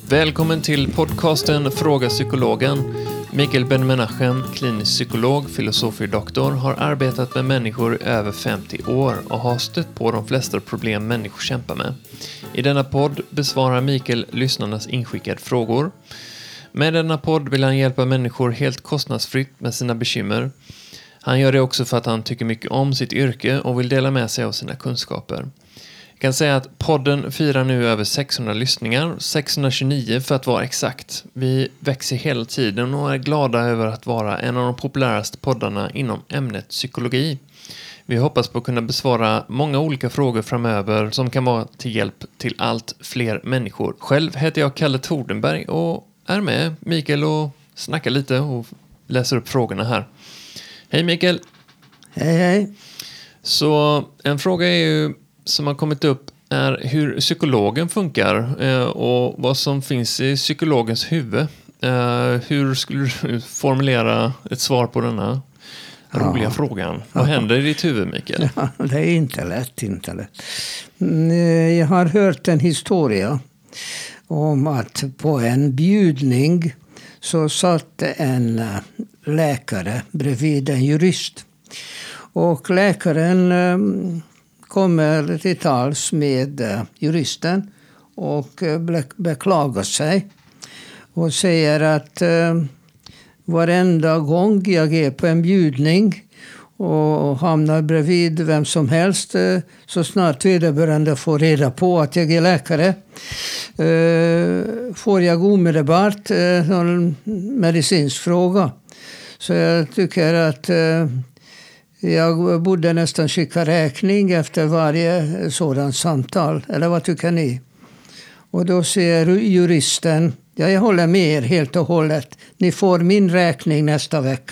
Välkommen till podcasten Fråga Psykologen. Mikael Ben-Menachem, klinisk psykolog, filosofie doktor, har arbetat med människor i över 50 år och har stött på de flesta problem människor kämpar med. I denna podd besvarar Mikael lyssnarnas inskickade frågor. Med denna podd vill han hjälpa människor helt kostnadsfritt med sina bekymmer. Han gör det också för att han tycker mycket om sitt yrke och vill dela med sig av sina kunskaper. Jag kan säga att podden firar nu över 600 lyssningar, 629 för att vara exakt. Vi växer hela tiden och är glada över att vara en av de populäraste poddarna inom ämnet psykologi. Vi hoppas på att kunna besvara många olika frågor framöver som kan vara till hjälp till allt fler människor. Själv heter jag Kalle Tordenberg och är med Mikael och snackar lite och läser upp frågorna här. Hej Mikael! Hej hej! Så en fråga är ju som har kommit upp är hur psykologen funkar och vad som finns i psykologens huvud. Hur skulle du formulera ett svar på denna roliga frågan? Vad händer i ditt huvud, Mikael? Ja, det är inte lätt. Jag har hört en historia om att på en bjudning så satt en läkare bredvid en jurist. Och läkaren kommer till tals med juristen och beklagar sig och säger att varenda gång jag är på en bjudning och hamnar bredvid vem som helst så snart vederbörande får reda på att jag är läkare får jag omedelbart en medicinsk fråga. Så jag tycker att jag borde nästan skicka räkning efter varje sådan samtal. Eller vad tycker ni? Och då säger juristen, ja, jag håller med er helt och hållet. Ni får min räkning nästa vecka.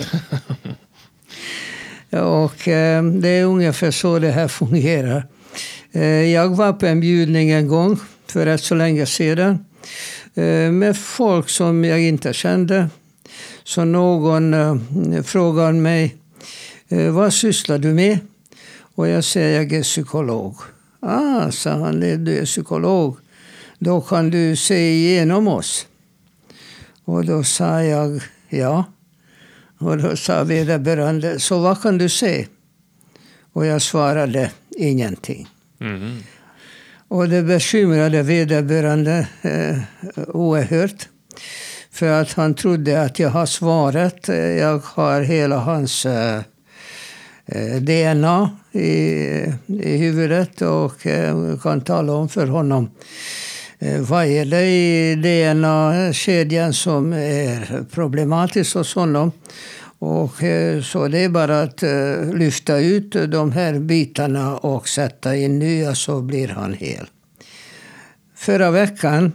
Och det är ungefär så det här fungerar. Jag var på en bjudning en gång för rätt så länge sedan. Med folk som jag inte kände. Så någon frågade mig, vad sysslar du med? Och jag säger, jag är psykolog. Sa han, du är psykolog. Då kan du se igenom oss. Och då sa jag, ja. Och då sa vederbörande, så vad kan du se? Och jag svarade, ingenting. Mm. Och det bekymrade vederbörande oerhört. För att han trodde att jag har svaret. Jag har hela hans DNA i huvudet och kan tala om för honom vad är det i DNA-kedjan som är problematiskt hos honom. Och så det är bara att lyfta ut de här bitarna och sätta in nya så blir han hel. Förra veckan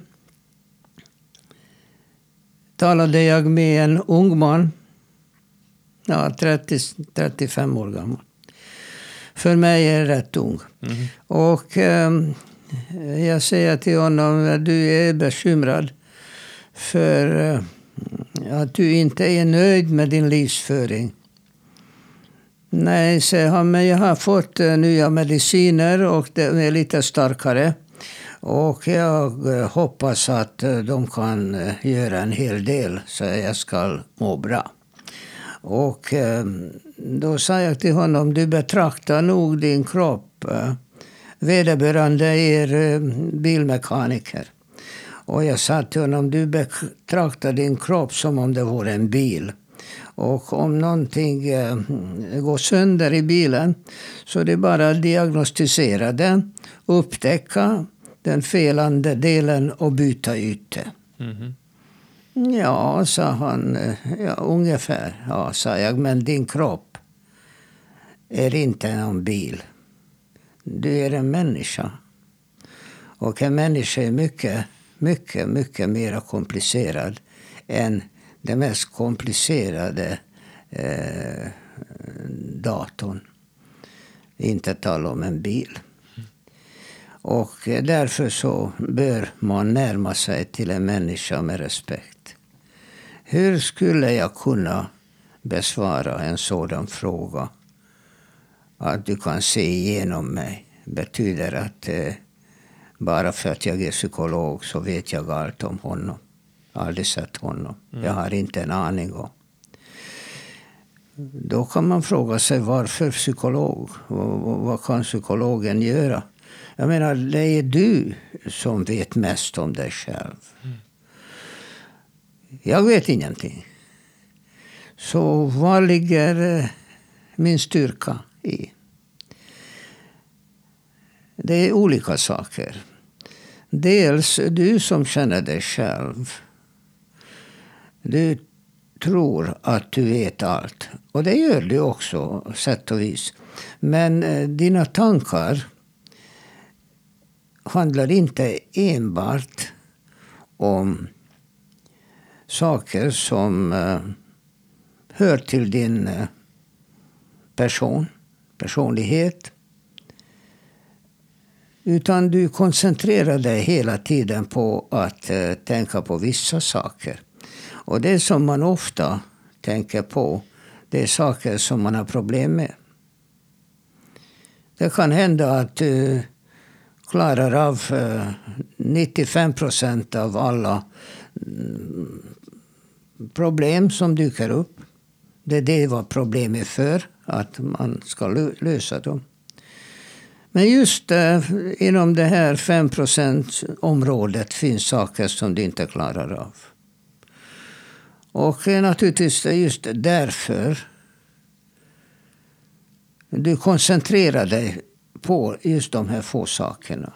talade jag med en ung man. 35 år gammal. För mig är det rätt ung. Mm. Och jag säger till honom att du är bekymrad för att du inte är nöjd med din livsföring. Nej, säger han, men jag har fått nya mediciner och de är lite starkare. Och jag hoppas att de kan göra en hel del så jag ska må bra. Och då sa jag till honom, du betraktar nog din kropp. Vederbörande är bilmekaniker. Och jag sa till honom, du betraktar din kropp som om det vore en bil. Och om någonting går sönder i bilen så det är bara att diagnostisera den, upptäcka den felande delen och byta ut det. Mm-hmm. Ja, sa han. Ja, ungefär. Ja, sa jag. Men din kropp är inte en bil. Du är en människa. Och en människa är mycket mer komplicerad än den mest komplicerade datorn. Inte tala om en bil. Och därför så bör man närma sig till en människa med respekt. Hur skulle jag kunna besvara en sådan fråga? Att du kan se igenom mig betyder att bara för att jag är psykolog så vet jag allt om honom. Aldrig sett honom. Jag har inte en aning om. Då kan man fråga sig varför psykolog? Vad kan psykologen göra? Jag menar, det är du som vet mest om dig själv. Jag vet ingenting. Så vad ligger min styrka i? Det är olika saker. Dels du som känner dig själv. Du tror att du vet allt. Och det gör du också, sätt och vis. Men dina tankar handlar inte enbart om saker som hör till din personlighet. Utan du koncentrerar dig hela tiden på att tänka på vissa saker. Och det som man ofta tänker på, det är saker som man har problem med. Det kan hända att du klarar av 95% av alla problem som dyker upp. Det var problemet för att man ska lösa dem. Men just inom det här 5% området finns saker som du inte klarar av. Och naturligtvis just därför du koncentrerar dig på just de här få sakerna.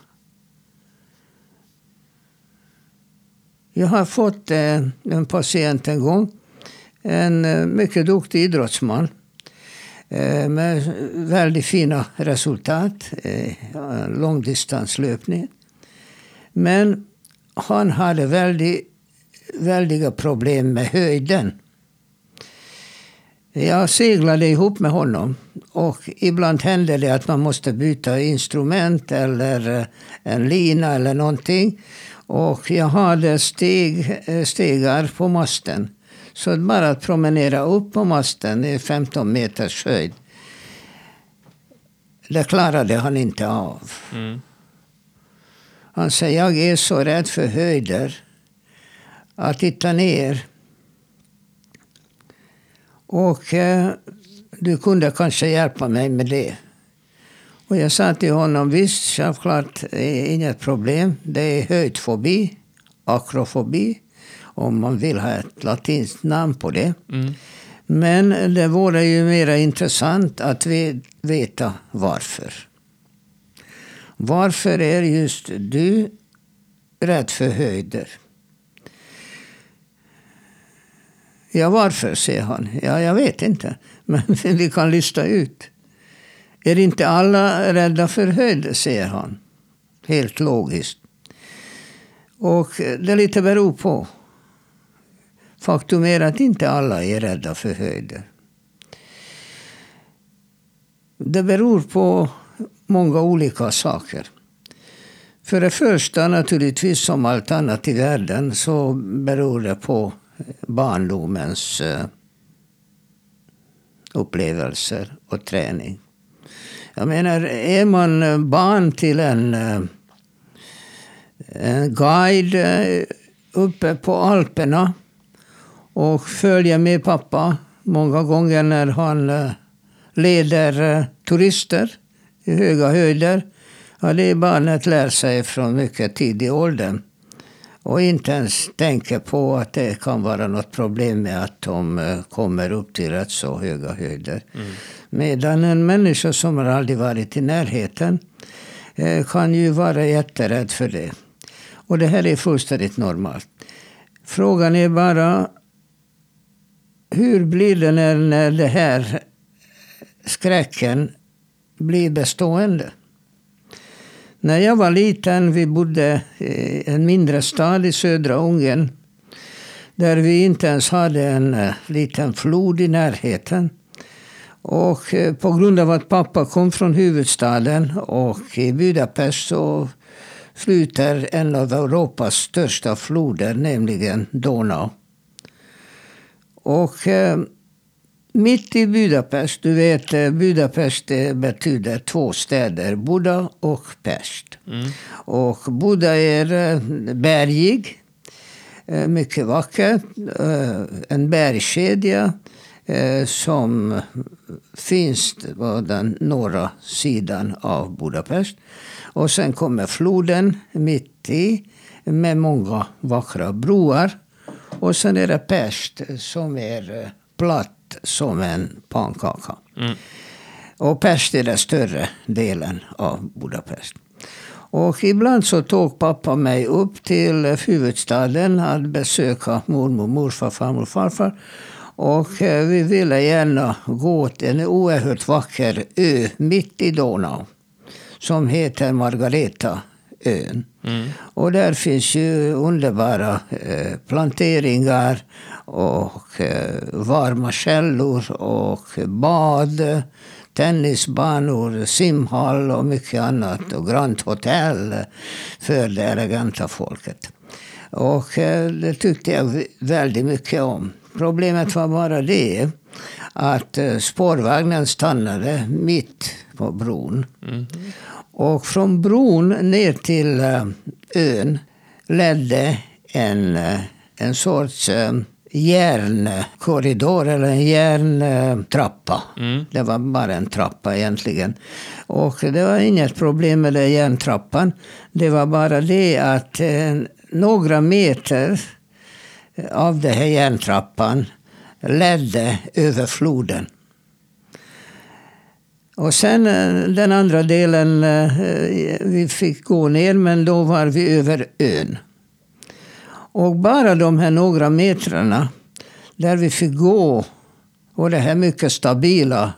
Jag har fått en patient en gång. En mycket duktig idrottsman. Med väldigt fina resultat. Långdistanslöpning. Men han hade väldiga problem med höjden. Jag seglade ihop med honom. Och ibland hände det att man måste byta instrument eller en lina eller någonting. Och jag hade stegar på masten. Så bara att promenera upp på masten i 15 meters höjd. Det klarade han inte av. Han säger, jag är så rädd för höjder. Att titta ner. Och du kunde kanske hjälpa mig med det. Och jag sa till honom, visst, självklart inget problem. Det är höjdfobi, akrofobi. Om man vill ha ett latinskt namn på det. Men det vore ju mer intressant att veta varför. Varför är just du rädd för höjder? Ja, varför, säger han. Ja, jag vet inte. Men vi kan lista ut. Är inte alla rädda för höjder, säger han. Helt logiskt. Och det lite beror på. Faktum är att inte alla är rädda för höjder. Det beror på många olika saker. För det första, naturligtvis som allt annat i världen, så beror det på barndomens upplevelser och träning. Jag menar, är man barn till en guide uppe på Alperna och följer med pappa många gånger när han leder turister i höga höjder. Ja, det är barnet lär sig från mycket tidig ålder. Och inte ens tänker på att det kan vara något problem med att de kommer upp till rätt så höga höjder. Medan en människa som har aldrig varit i närheten kan ju vara jätterädd för det. Och det här är fullständigt normalt. Frågan är bara, hur blir det när det här skräcken blir bestående? När jag var liten, vi bodde i en mindre stad i södra Ungern. Där vi inte ens hade en liten flod i närheten. Och på grund av att pappa kom från huvudstaden och i Budapest så flyter en av Europas största floder, nämligen Donau. Och mitt i Budapest, du vet, Budapest betyder 2 städer, Buda och Pest. Och Buda är bergig, mycket vacker, en bergskedja som finns på den norra sidan av Budapest. Och sen kommer floden mitt i med många vackra broar. Och sen är det Pest som är platt som en pannkaka. Och Pest är den större delen av Budapest. Och ibland så tog pappa mig upp till huvudstaden att besöka mormor, morfar, farmor, farfar. Och vi ville gärna gå till en oerhört vacker ö mitt i Donau som heter Margareta-ön. Och där finns ju underbara planteringar och varma källor och bad, tennisbanor, simhall och mycket annat. Och Grand Hotel för det eleganta folket. Och det tyckte jag väldigt mycket om. Problemet var bara det att spårvagnen stannade mitt på bron. Och från bron ner till ön ledde en sorts järnkorridor eller en järntrappa. Det var bara en trappa egentligen. Och det var inget problem med den järntrappan. Det var bara det att några meter av den här järntrappan ledde över floden. Och sen den andra delen, vi fick gå ner, men då var vi över ön. Och bara de här några metrarna där vi fick gå, och det här mycket stabila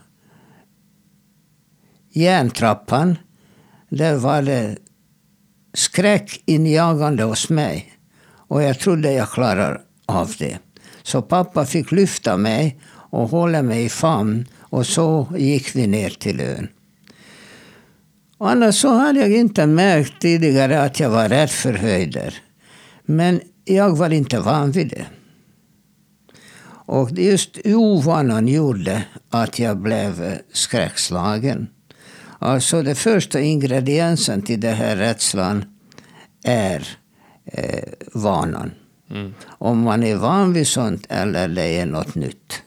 järntrappan, där var det skräckinjagande hos mig. Och jag trodde jag klarar av det. Så pappa fick lyfta mig och hålla mig i famn. Och så gick vi ner till ön. Och annars så hade jag inte märkt tidigare att jag var rädd för höjder. Men jag var inte van vid det. Och just ovanan gjorde att jag blev skräckslagen. Alltså det första ingrediensen till den här rädslan är vanan. Om man är van vid sånt eller det är något nytt.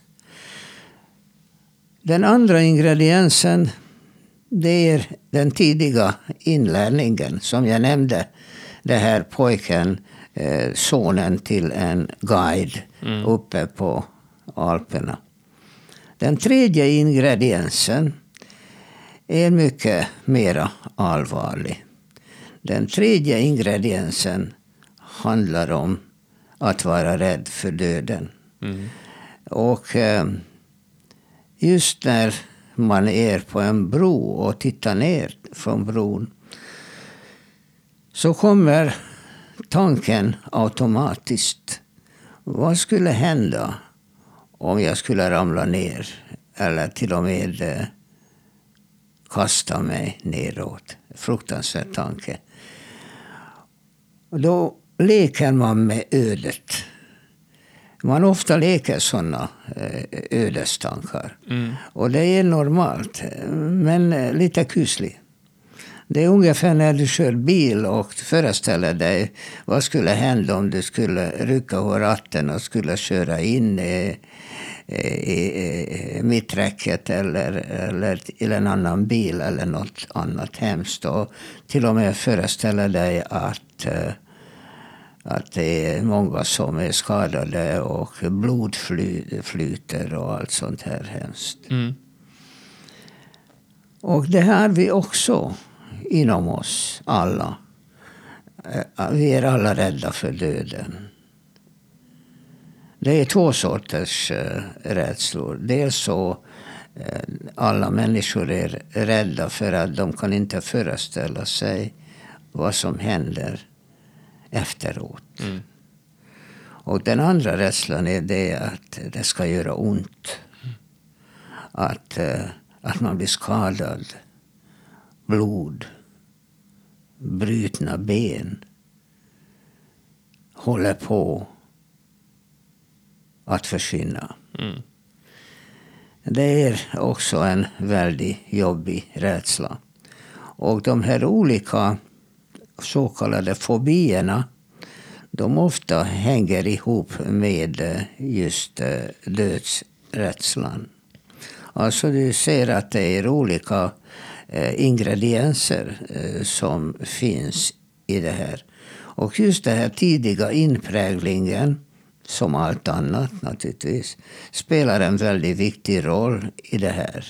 Den andra ingrediensen, det är den tidiga inlärningen som jag nämnde. Det här pojken, sonen till en guide uppe på Alperna. Den tredje ingrediensen är mycket mera allvarlig. Den tredje ingrediensen handlar om att vara rädd för döden. Och just när man är på en bro och tittar ner från bron, så kommer tanken automatiskt. Vad skulle hända om jag skulle ramla ner eller till och med kasta mig neråt? Fruktansvärd tanke. Och då leker man med ödet. Man ofta leker sådana ödestankar. Och det är normalt, men lite kusligt. Det är ungefär när du kör bil och föreställer dig vad skulle hända om du skulle rycka på ratten och skulle köra in i mitträcket eller i en annan bil eller något annat hemskt. Och till och med föreställa dig att det är många som är skadade och blod flyter och allt sånt här hemskt. Och det här vi också inom oss alla. Vi är alla rädda för döden. Det är 2 sorters rädslor. Dels så alla människor är rädda för att de kan inte föreställa sig vad som händer efteråt. Och den andra rädslan är det att det ska göra ont. Att man blir skadad. Blod. Brutna ben. Håller på att försvinna. Det är också en väldigt jobbig rädsla. Och de här olika så kallade fobierna, de ofta hänger ihop med just dödsrädslan. Alltså du ser att det är olika ingredienser som finns i det här. Och just den här tidiga inpräglingen, som allt annat naturligtvis, spelar en väldigt viktig roll i det här.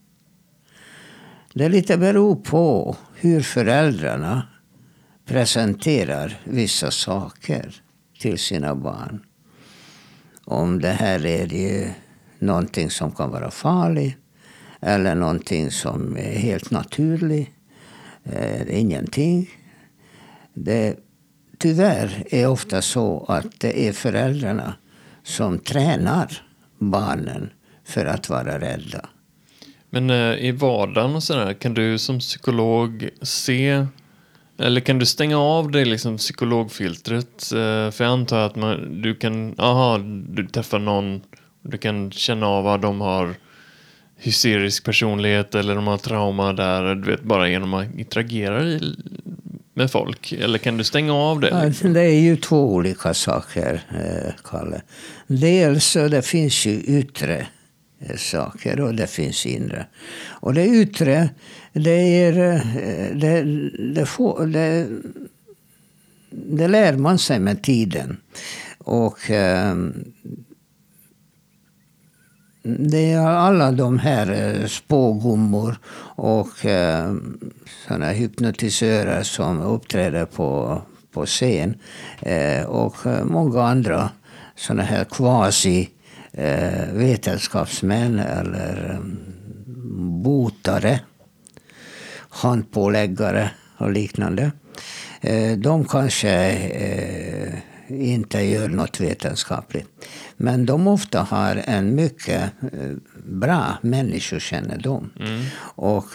Det lite beror på hur föräldrarna presenterar vissa saker till sina barn. Om det här är ju någonting som kan vara farligt eller någonting som är helt naturligt, ingenting. Det tyvärr är ofta så att det är föräldrarna som tränar barnen för att vara rädda. Men i vardagen och sådär, kan du som psykolog se, eller kan du stänga av dig liksom psykologfiltret? För jag antar att du träffar någon, du kan känna av att de har hysterisk personlighet eller de har trauma där, du vet, bara genom att interagera med folk. Eller kan du stänga av det? Ja, det är ju två olika saker, Kalle. Dels det finns ju yttre saker och det finns inre. Och det yttre, det lär man sig med tiden. Och det är alla de här spågummor och sådana hypnotisörer som uppträder på scen och många andra sådana här quasi vetenskapsmän eller botare, handpåläggare och liknande. De kanske inte gör något vetenskapligt. Men de ofta har en mycket bra människokännedom. Och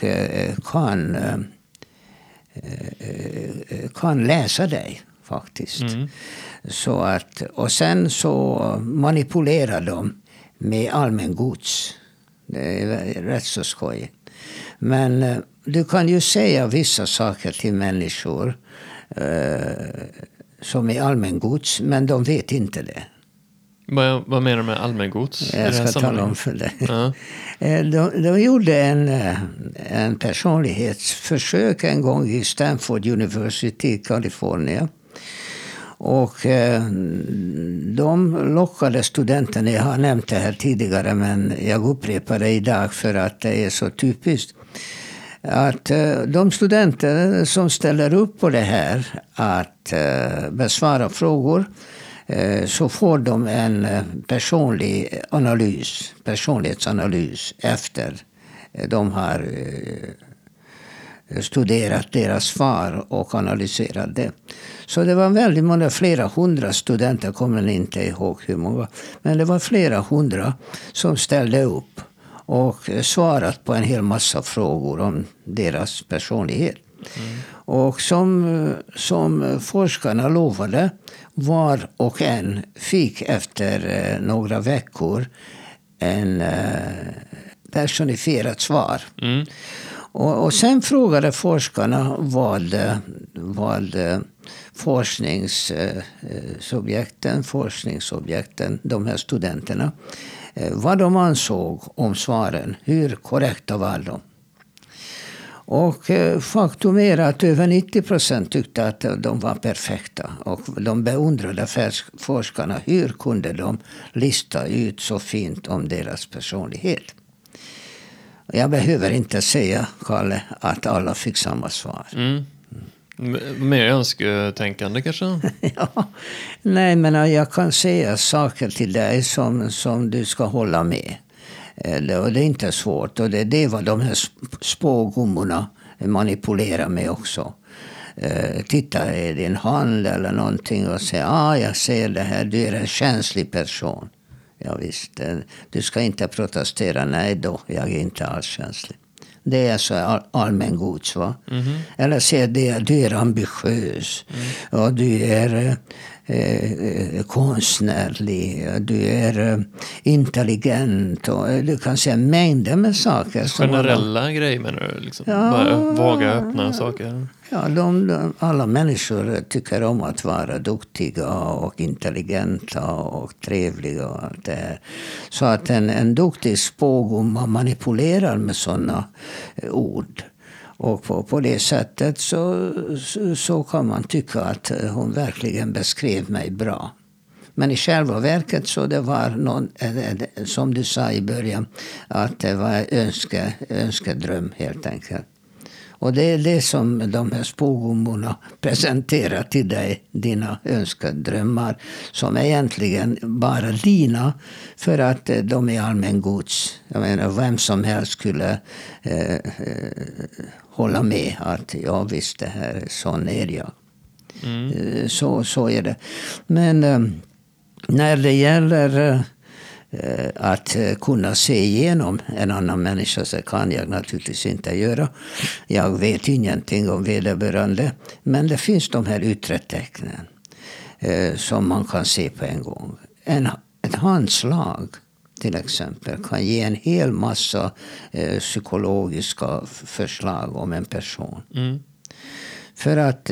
kan läsa dig faktiskt. Så att, och sen så manipulerar de med allmängods. Det är rätt så skoj. Men du kan ju säga vissa saker till människor som är allmängods, men de vet inte det. Vad menar du med allmängods? Jag ska tala om för dig. De gjorde en personlighetsförsök en gång i Stanford University i Kalifornien. Och de lockade studenterna, jag har nämnt det här tidigare men jag upprepar det idag för att det är så typiskt. Att de studenter som ställer upp på det här att besvara frågor, så får de en personlighetsanalys efter de har studerat deras svar och analyserat det. Så det var väldigt många, flera hundra studenter, kommer inte ihåg hur många, men det var flera hundra som ställde upp och svarat på en hel massa frågor om deras personlighet. Och som forskarna lovade, var och en fick efter några veckor en personifierat svar. Och sen frågade forskarna vad forskningsobjekten, de här studenterna, vad de ansåg om svaren, hur korrekta var de. Och faktum är att över 90% tyckte att de var perfekta. Och de beundrade forskarna. Hur kunde de lista ut så fint om deras personlighet? Jag behöver inte säga, Kalle, att alla fick samma svar. Mer önsketänkande kanske? Ja, nej, men jag kan säga saker till dig som du ska hålla med. Och det är inte svårt. Och det är vad de här spågummorna manipulerar med också. Titta i din hand eller någonting och säga, jag ser det här, du är en känslig person. Ja, visst, du ska inte protestera, nej då, jag är inte alls känslig. Det är så allmängods, va? Eller säga det, du är ambitiös och du är konstnärlig, du är intelligent och du kan säga mängder med saker. Generella grejer menar du? Liksom. Bara vaga, öppna saker? Ja, alla människor tycker om att vara duktiga och intelligenta och trevliga och allt det här. Så att en duktig spågom manipulerar med sådana ord. Och på det sättet så kan man tycka att hon verkligen beskrev mig bra. Men i själva verket så det var som du sa i början, att det var önskedröm helt enkelt. Och det är det som de här spågummorna presenterar till dig, dina önskedrömmar, som är egentligen bara dina för att de är allmängods. Jag menar, vem som helst skulle hålla med att ja visst, det här, sån är jag. Så är det. Men när det gäller att kunna se igenom en annan människa, så kan jag naturligtvis inte göra. Jag vet ingenting om vederbörande. Men det finns de här yttre tecknen som man kan se på en gång. Ett handslag till exempel kan ge en hel massa psykologiska förslag om en person. För att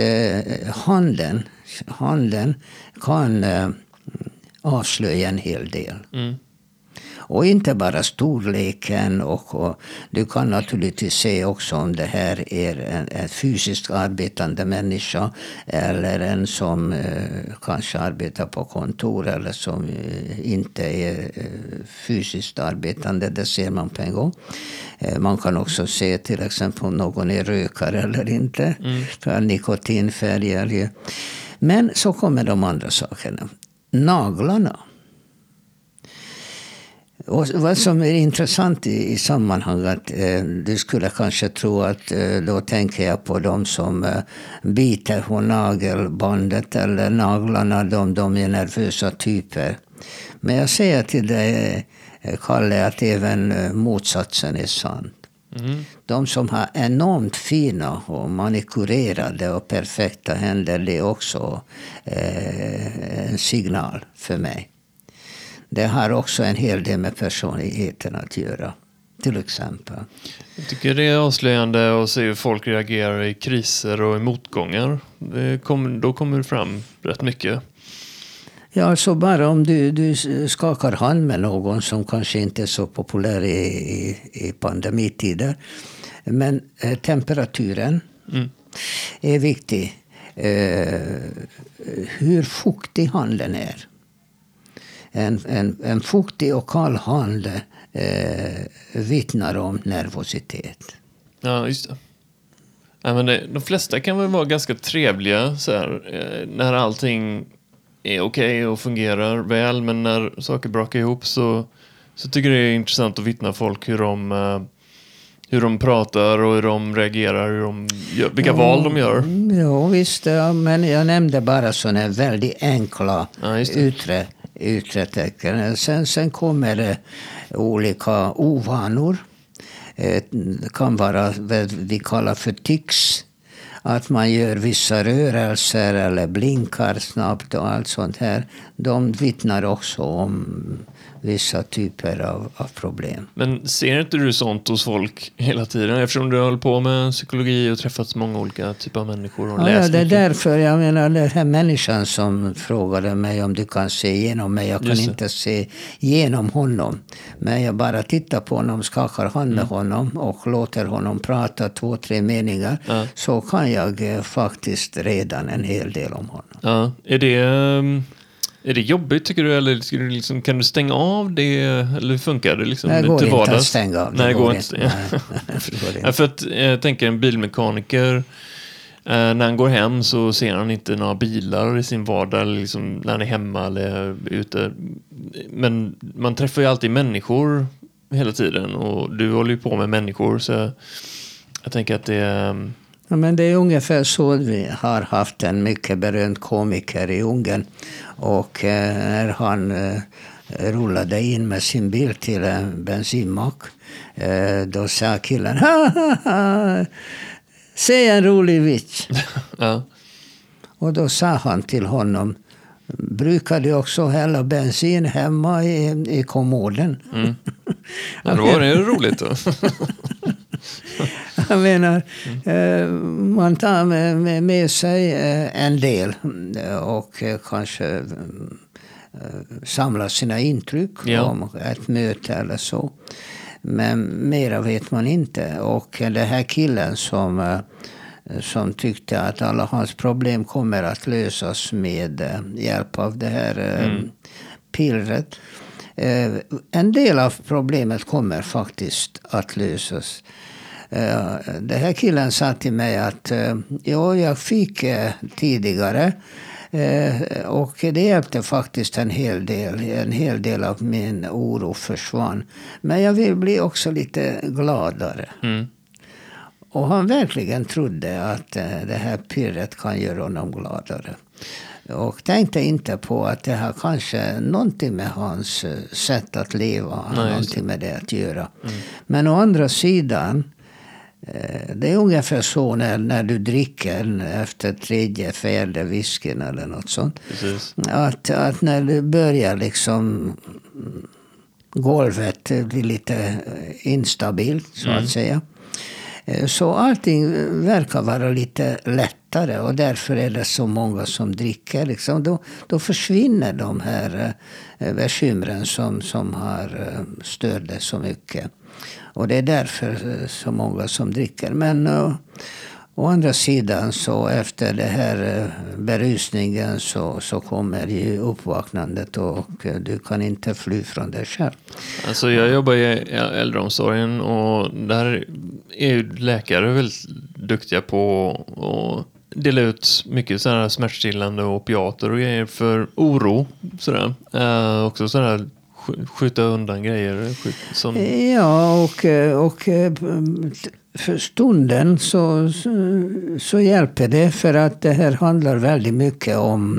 handen kan avslöja en hel del. Och inte bara storleken. Och du kan naturligtvis se också om det här är en fysiskt arbetande människa. Eller en som kanske arbetar på kontor. Eller som inte är fysiskt arbetande. Det ser man på en gång. Man kan också se till exempel om någon är rökare eller inte. För nikotinfärger. Men så kommer de andra sakerna. Naglarna. Och vad som är intressant i sammanhanget, du skulle kanske tro att då tänker jag på de som biter på nagelbandet eller naglarna, de är nervösa typer. Men jag säger till dig, Kalle, att även motsatsen är sant. De som har enormt fina och manikurerade och perfekta händer, det är också en signal för mig. Det har också en hel del med personligheten att göra, till exempel. Jag tycker det är avslöjande att se hur folk reagerar i kriser och i motgångar. Då kommer det fram rätt mycket. Ja, alltså bara om du skakar hand med någon som kanske inte är så populär i pandemitider. Men temperaturen är viktig. Hur fuktig handen är. En fuktig och kall hand vittnar om nervositet. Ja, just det. Ja, men de flesta kan väl vara ganska trevliga så här, när allting är okej och fungerar väl, men när saker brakar ihop så tycker jag det är intressant att vittna folk hur de pratar och hur de reagerar, vilka val de gör. Ja, visst. Ja, men jag nämnde bara sådana väldigt enkla yttre tecken. Sen kommer det olika ovanor. Det kan vara vad vi kallar för tics. Att man gör vissa rörelser eller blinkar snabbt och allt sånt här. De vittnar också om vissa typer av problem. Men ser inte du sånt hos folk hela tiden? Eftersom du håller på med psykologi och träffat så många olika typer av människor. Och ja, det är därför jag menar den här människan som frågade mig om du kan se igenom mig. Jag kan inte se igenom honom. Men jag bara tittar på honom, skakar hand med honom och låter honom prata 2-3 meningar. Ja. Så kan jag faktiskt redan en hel del om honom. Ja, är det jobbigt tycker du, eller liksom, kan du stänga av det, eller funkar det liksom? Det går inte att stänga av. Nej, det går inte. Ja, för att jag tänker en bilmekaniker, när han går hem så ser han inte några bilar i sin vardag, liksom, när han är hemma eller ute. Men man träffar ju alltid människor hela tiden, och du håller ju på med människor, så jag tänker att det Ja, men det är ungefär så vi har haft en mycket berömd komiker i Ungern. Och när han rullade in med sin bil till en bensinmack, då sa killen, säg en rolig vits. Ja. Och då sa han till honom, brukade också hälla bensin hemma i kommoden. Ja, då var det roligt då. Jag menar, man tar med sig en del och kanske samlar sina intryck om ett möte eller så. Men mera vet man inte. Och den här killen som tyckte att alla hans problem kommer att lösas med hjälp av det här pillret. En del av problemet kommer faktiskt att lösas. Det här killen sa till mig att jag fick tidigare och det hjälpte faktiskt en hel del av min oro försvann. Men jag vill bli också lite gladare. Och han verkligen trodde att det här pirret kan göra honom gladare. Och tänkte inte på att det har kanske någonting med hans sätt att leva, någonting med det att göra. Men å andra sidan, det är ungefär så när du dricker efter 3:e, 4:e whiskyn eller något sånt. Att när du börjar liksom golvet blir lite instabilt så att säga. Så allting verkar vara lite lättare och därför är det så många som dricker. Liksom. Då försvinner de här bekymren som har stört det så mycket. Och det är därför så många som dricker. Men å andra sidan så efter det här berusningen så kommer ju uppvaknandet och du kan inte fly från det själv. Alltså jag jobbar i äldreomsorgen och där är ju läkare väldigt duktiga på att dela ut mycket sådana här smärtstillande och opiater och grejer för oro. Sådär. Också sådär skjuta undan grejer. Ja, och för stunden så hjälper det för att det här handlar väldigt mycket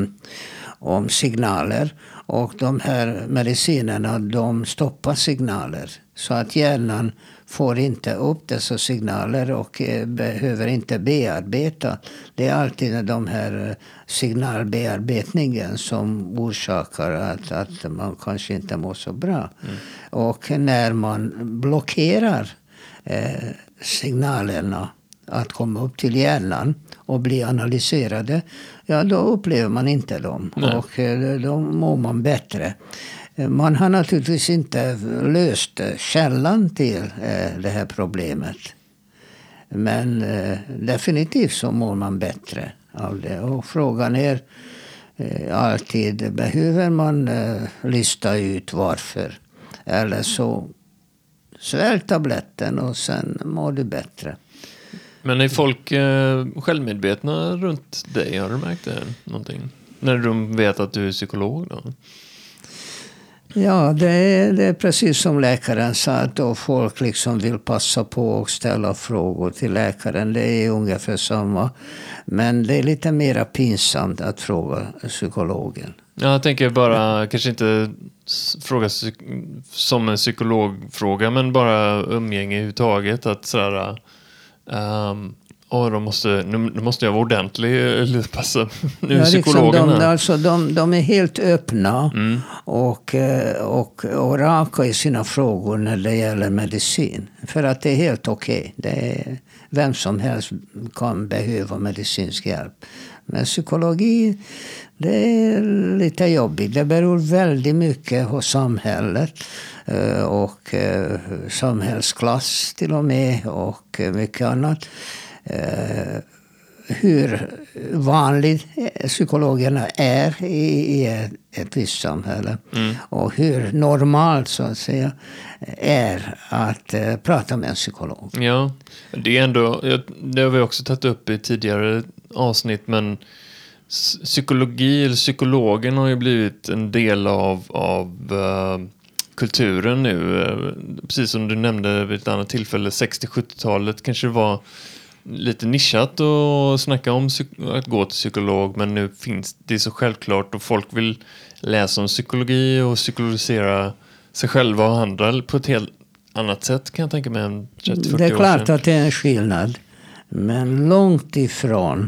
om signaler. Och de här medicinerna, de stoppar signaler. Så att hjärnan får inte upp dessa signaler och behöver inte bearbeta. Det är alltid de här signalbearbetningen som orsakar att man kanske inte mår så bra. Och när man blockerar signalerna att komma upp till hjärnan och bli analyserade, ja då upplever man inte dem. Nej. Och då mår man bättre. Man har naturligtvis inte löst källan till det här problemet. Men definitivt så mår man bättre av det. Och frågan är alltid, behöver man lista ut varför? Eller så svälj tabletten och sen mår du bättre. Men är folk självmedvetna runt dig? Har du märkt det någonting? När de vet att du är psykolog då? Ja, det är precis som läkaren sa, att då folk liksom vill passa på och ställa frågor till läkaren. Det är ungefär samma. Men det är lite mer pinsamt att fråga psykologen. Ja, jag tänker bara, kanske inte fråga som en psykologfråga, men bara umgänge överhuvudtaget. Att sådär, då måste jag vara ordentlig eller passa. Nu är psykologen liksom de är helt öppna och raka i sina frågor när det gäller medicin. För att det är helt okej. Vem som helst kan behöva medicinsk hjälp. Men psykologi, det är lite jobbigt. Det beror väldigt mycket på samhället och samhällsklass till och med och mycket annat. Hur vanligt psykologerna är i ett visst samhälle och hur normalt så att säga är att prata med en psykolog. Ja, det är ändå, det har vi också tagit upp i tidigare avsnitt, men psykologi eller psykologen har ju blivit en del av kulturen nu. Precis som du nämnde vid ett annat tillfälle, 60-70-talet kanske det var lite nischat att snacka om att gå till psykolog, men nu finns det så självklart och folk vill läsa om psykologi och psykologisera sig själva och andra på ett helt annat sätt, kan jag tänka mig, än 30-40 år sedan. Det är klart att det är en skillnad, men långt ifrån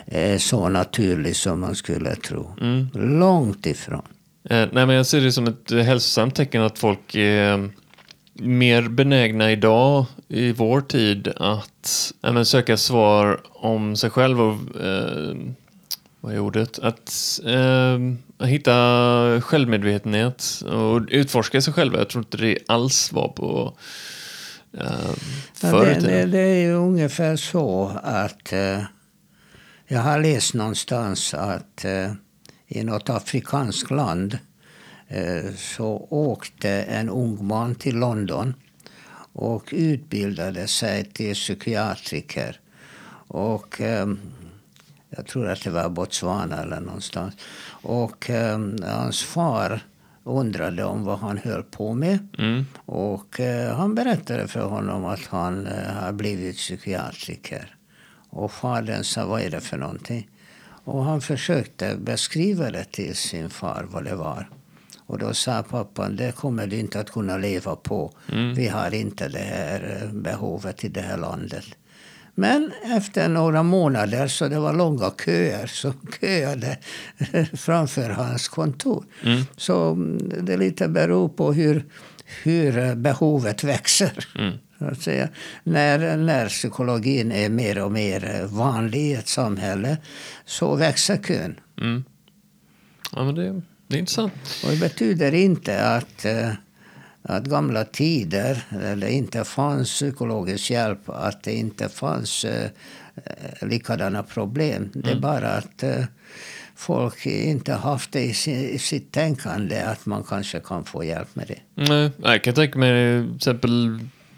är så naturlig som man skulle tro. Långt ifrån. Nej, men jag ser det som ett hälsosamt tecken att folk är mer benägna idag i vår tid att söka svar om sig själv och vad är ordet? Att hitta självmedvetenhet och utforska sig själva. Jag tror inte det alls var på förr i tiden. Det är ju ungefär så att jag har läst någonstans att i något afrikanskt land så åkte en ung man till London och utbildade sig till psykiatriker. Och jag tror att det var Botswana eller någonstans. Och hans far undrade om vad han höll på med. Och han berättade för honom att han har blivit psykiatriker. Och fadern sa, vad är det för någonting? Och han försökte beskriva det till sin far vad det var. Och då sa pappan, det kommer du inte att kunna leva på. Vi har inte det här behovet i det här landet. Men efter några månader, så det var långa köer som köade framför hans kontor. Så det lite beror på hur behovet växer. Så att säga. När psykologin är mer och mer vanlig i ett samhälle så växer kön. Ja, men det är intressant. Och det betyder inte att gamla tider, där det inte fanns psykologisk hjälp, att det inte fanns likadana problem. Det är bara att folk inte haft det i sitt tänkande att man kanske kan få hjälp med det. Nej, jag kan tänka mig till exempel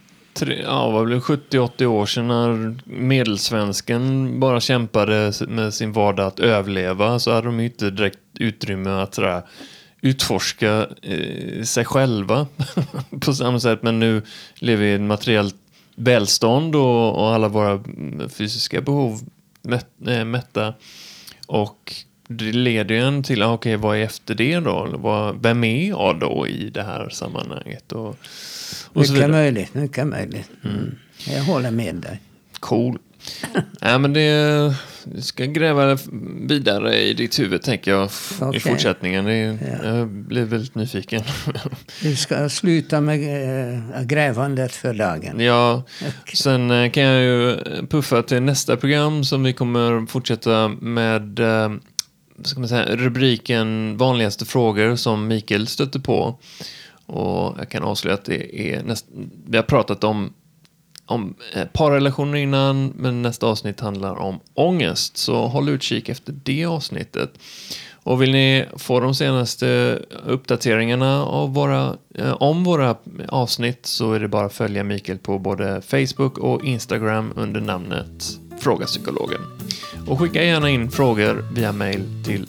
70-80 år sedan när medelsvensken bara kämpade med sin vardag att överleva, så hade de inte direkt utrymme att utforska sig själva på samma sätt. Men nu lever vi i en materiellt välstånd och alla våra fysiska behov mätta. Och det leder ju en till, okej, vad är efter det då? Vem är jag då i det här sammanhanget? Och mycket möjligt. Jag håller med dig. Cool. Ja, men du ska gräva vidare i ditt huvud, tänker jag, i fortsättningen. Jag blir väldigt nyfiken. Vi ska sluta med grävandet för dagen. Ja, sen kan jag ju puffa till nästa program som vi kommer fortsätta med, ska man säga, rubriken vanligaste frågor som Mikael stötte på. Och jag kan avslöja att det är vi har pratat om parrelationer innan, men nästa avsnitt handlar om ångest. Så håll utkik efter det avsnittet. Och vill ni få de senaste uppdateringarna om våra avsnitt, så är det bara att följa Mikael på både Facebook och Instagram under namnet Fråga Psykologen. Och skicka gärna in frågor via mail till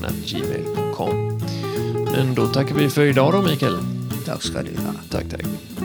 fragapsykologen@gmail.com. Men då tackar vi för idag då, Mikael. Tack ska du ha. Tack.